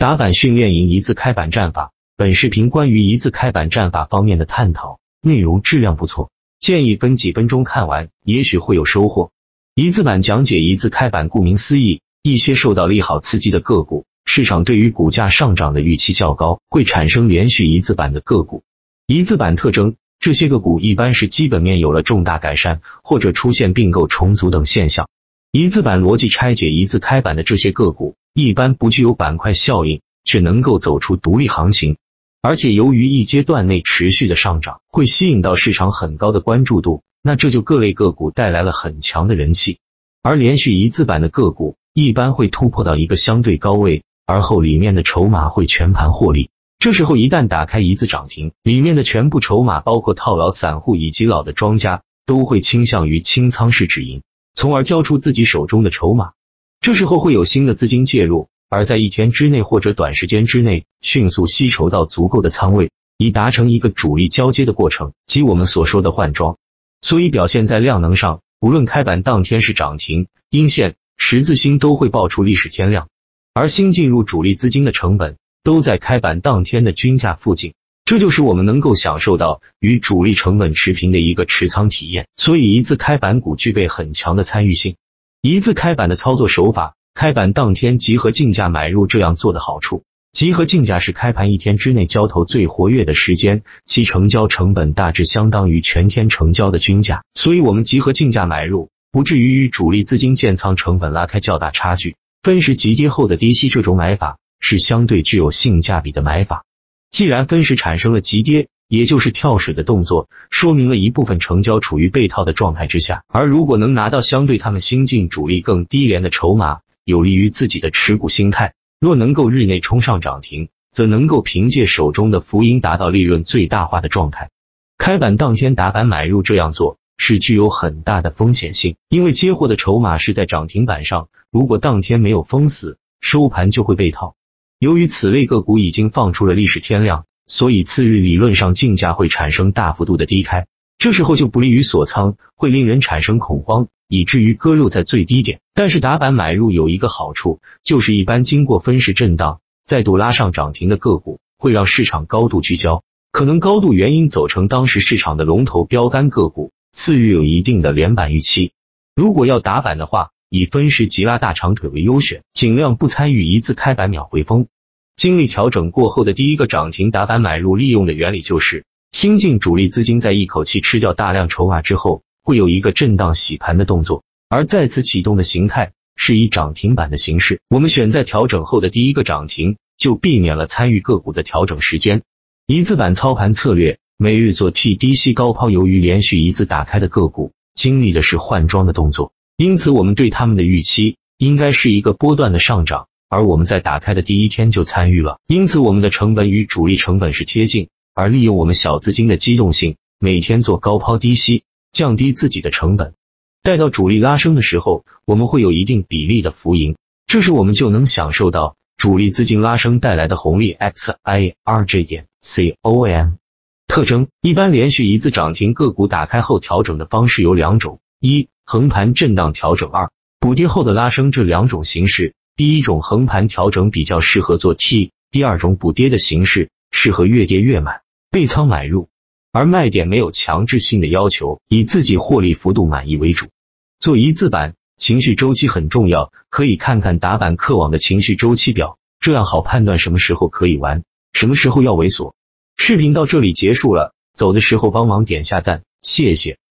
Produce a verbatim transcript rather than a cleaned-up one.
打板训练营一字开板战法。本视频关于一字开板战法方面的探讨，内容质量不错，建议分几分钟看完，也许会有收获。一字板讲解一字开板，顾名思义，一些受到利好刺激的个股，市场对于股价上涨的预期较高，会产生连续一字板的个股。一字板特征，这些个股一般是基本面有了重大改善，或者出现并购重组等现象。一字板逻辑拆解一字开板的这些个股，一般不具有板块效应，却能够走出独立行情。而且由于一阶段内持续的上涨，会吸引到市场很高的关注度，那这就各类个股带来了很强的人气。而连续一字板的个股一般会突破到一个相对高位，而后里面的筹码会全盘获利。这时候一旦打开一字涨停，里面的全部筹码包括套牢散户以及老的庄家都会倾向于清仓式止盈，从而交出自己手中的筹码。这时候会有新的资金介入，而在一天之内或者短时间之内迅速吸筹到足够的仓位，以达成一个主力交接的过程，即我们所说的换庄。所以表现在量能上，无论开板当天是涨停、阴线、十字星都会爆出历史天量，而新进入主力资金的成本都在开板当天的均价附近，这就是我们能够享受到与主力成本持平的一个持仓体验。所以一字开板股具备很强的参与性。一字开板的操作手法，开板当天集合竞价买入，这样做的好处，集合竞价是开盘一天之内交投最活跃的时间，其成交成本大致相当于全天成交的均价，所以我们集合竞价买入，不至于与主力资金建仓成本拉开较大差距。分时急跌后的低吸，这种买法是相对具有性价比的买法。既然分时产生了急跌，也就是跳水的动作，说明了一部分成交处于被套的状态之下，而如果能拿到相对他们新进主力更低廉的筹码，有利于自己的持股心态。若能够日内冲上涨停，则能够凭借手中的浮盈达到利润最大化的状态。开板当天打板买入这样做是具有很大的风险性，因为接货的筹码是在涨停板上，如果当天没有封死，收盘就会被套。由于此类个股已经放出了历史天量，所以次日理论上竞价会产生大幅度的低开，这时候就不利于锁仓，会令人产生恐慌，以至于割肉在最低点。但是打板买入有一个好处，就是一般经过分时震荡再度拉上涨停的个股，会让市场高度聚焦，可能高度原因走成当时市场的龙头标杆个股，次日有一定的连板预期。如果要打板的话，以分时急拉大长腿为优选，尽量不参与一字开板秒回风。经历调整过后的第一个涨停打板买入，利用的原理就是新进主力资金在一口气吃掉大量筹码之后，会有一个震荡洗盘的动作，而再次启动的形态是以涨停板的形式。我们选在调整后的第一个涨停，就避免了参与个股的调整时间。一字板操盘策略，每日做 T 低吸高抛。由于连续一字打开的个股经历的是换庄的动作，因此我们对他们的预期应该是一个波段的上涨，而我们在打开的第一天就参与了，因此我们的成本与主力成本是贴近，而利用我们小资金的机动性，每天做高抛低吸，降低自己的成本。待到主力拉升的时候，我们会有一定比例的浮盈，这时我们就能享受到主力资金拉升带来的红利。 X I R J 点 C O M 特征，一般连续一字涨停个股打开后调整的方式有两种，一横盘震荡调整，二补跌后的拉升。这两种形式，第一种横盘调整比较适合做 T， 第二种补跌的形式适合越跌越买，备仓买入，而卖点没有强制性的要求，以自己获利幅度满意为主。做一字板，情绪周期很重要，可以看看打板客网的情绪周期表，这样好判断什么时候可以玩，什么时候要猥琐。视频到这里结束了，走的时候帮忙点下赞，谢谢。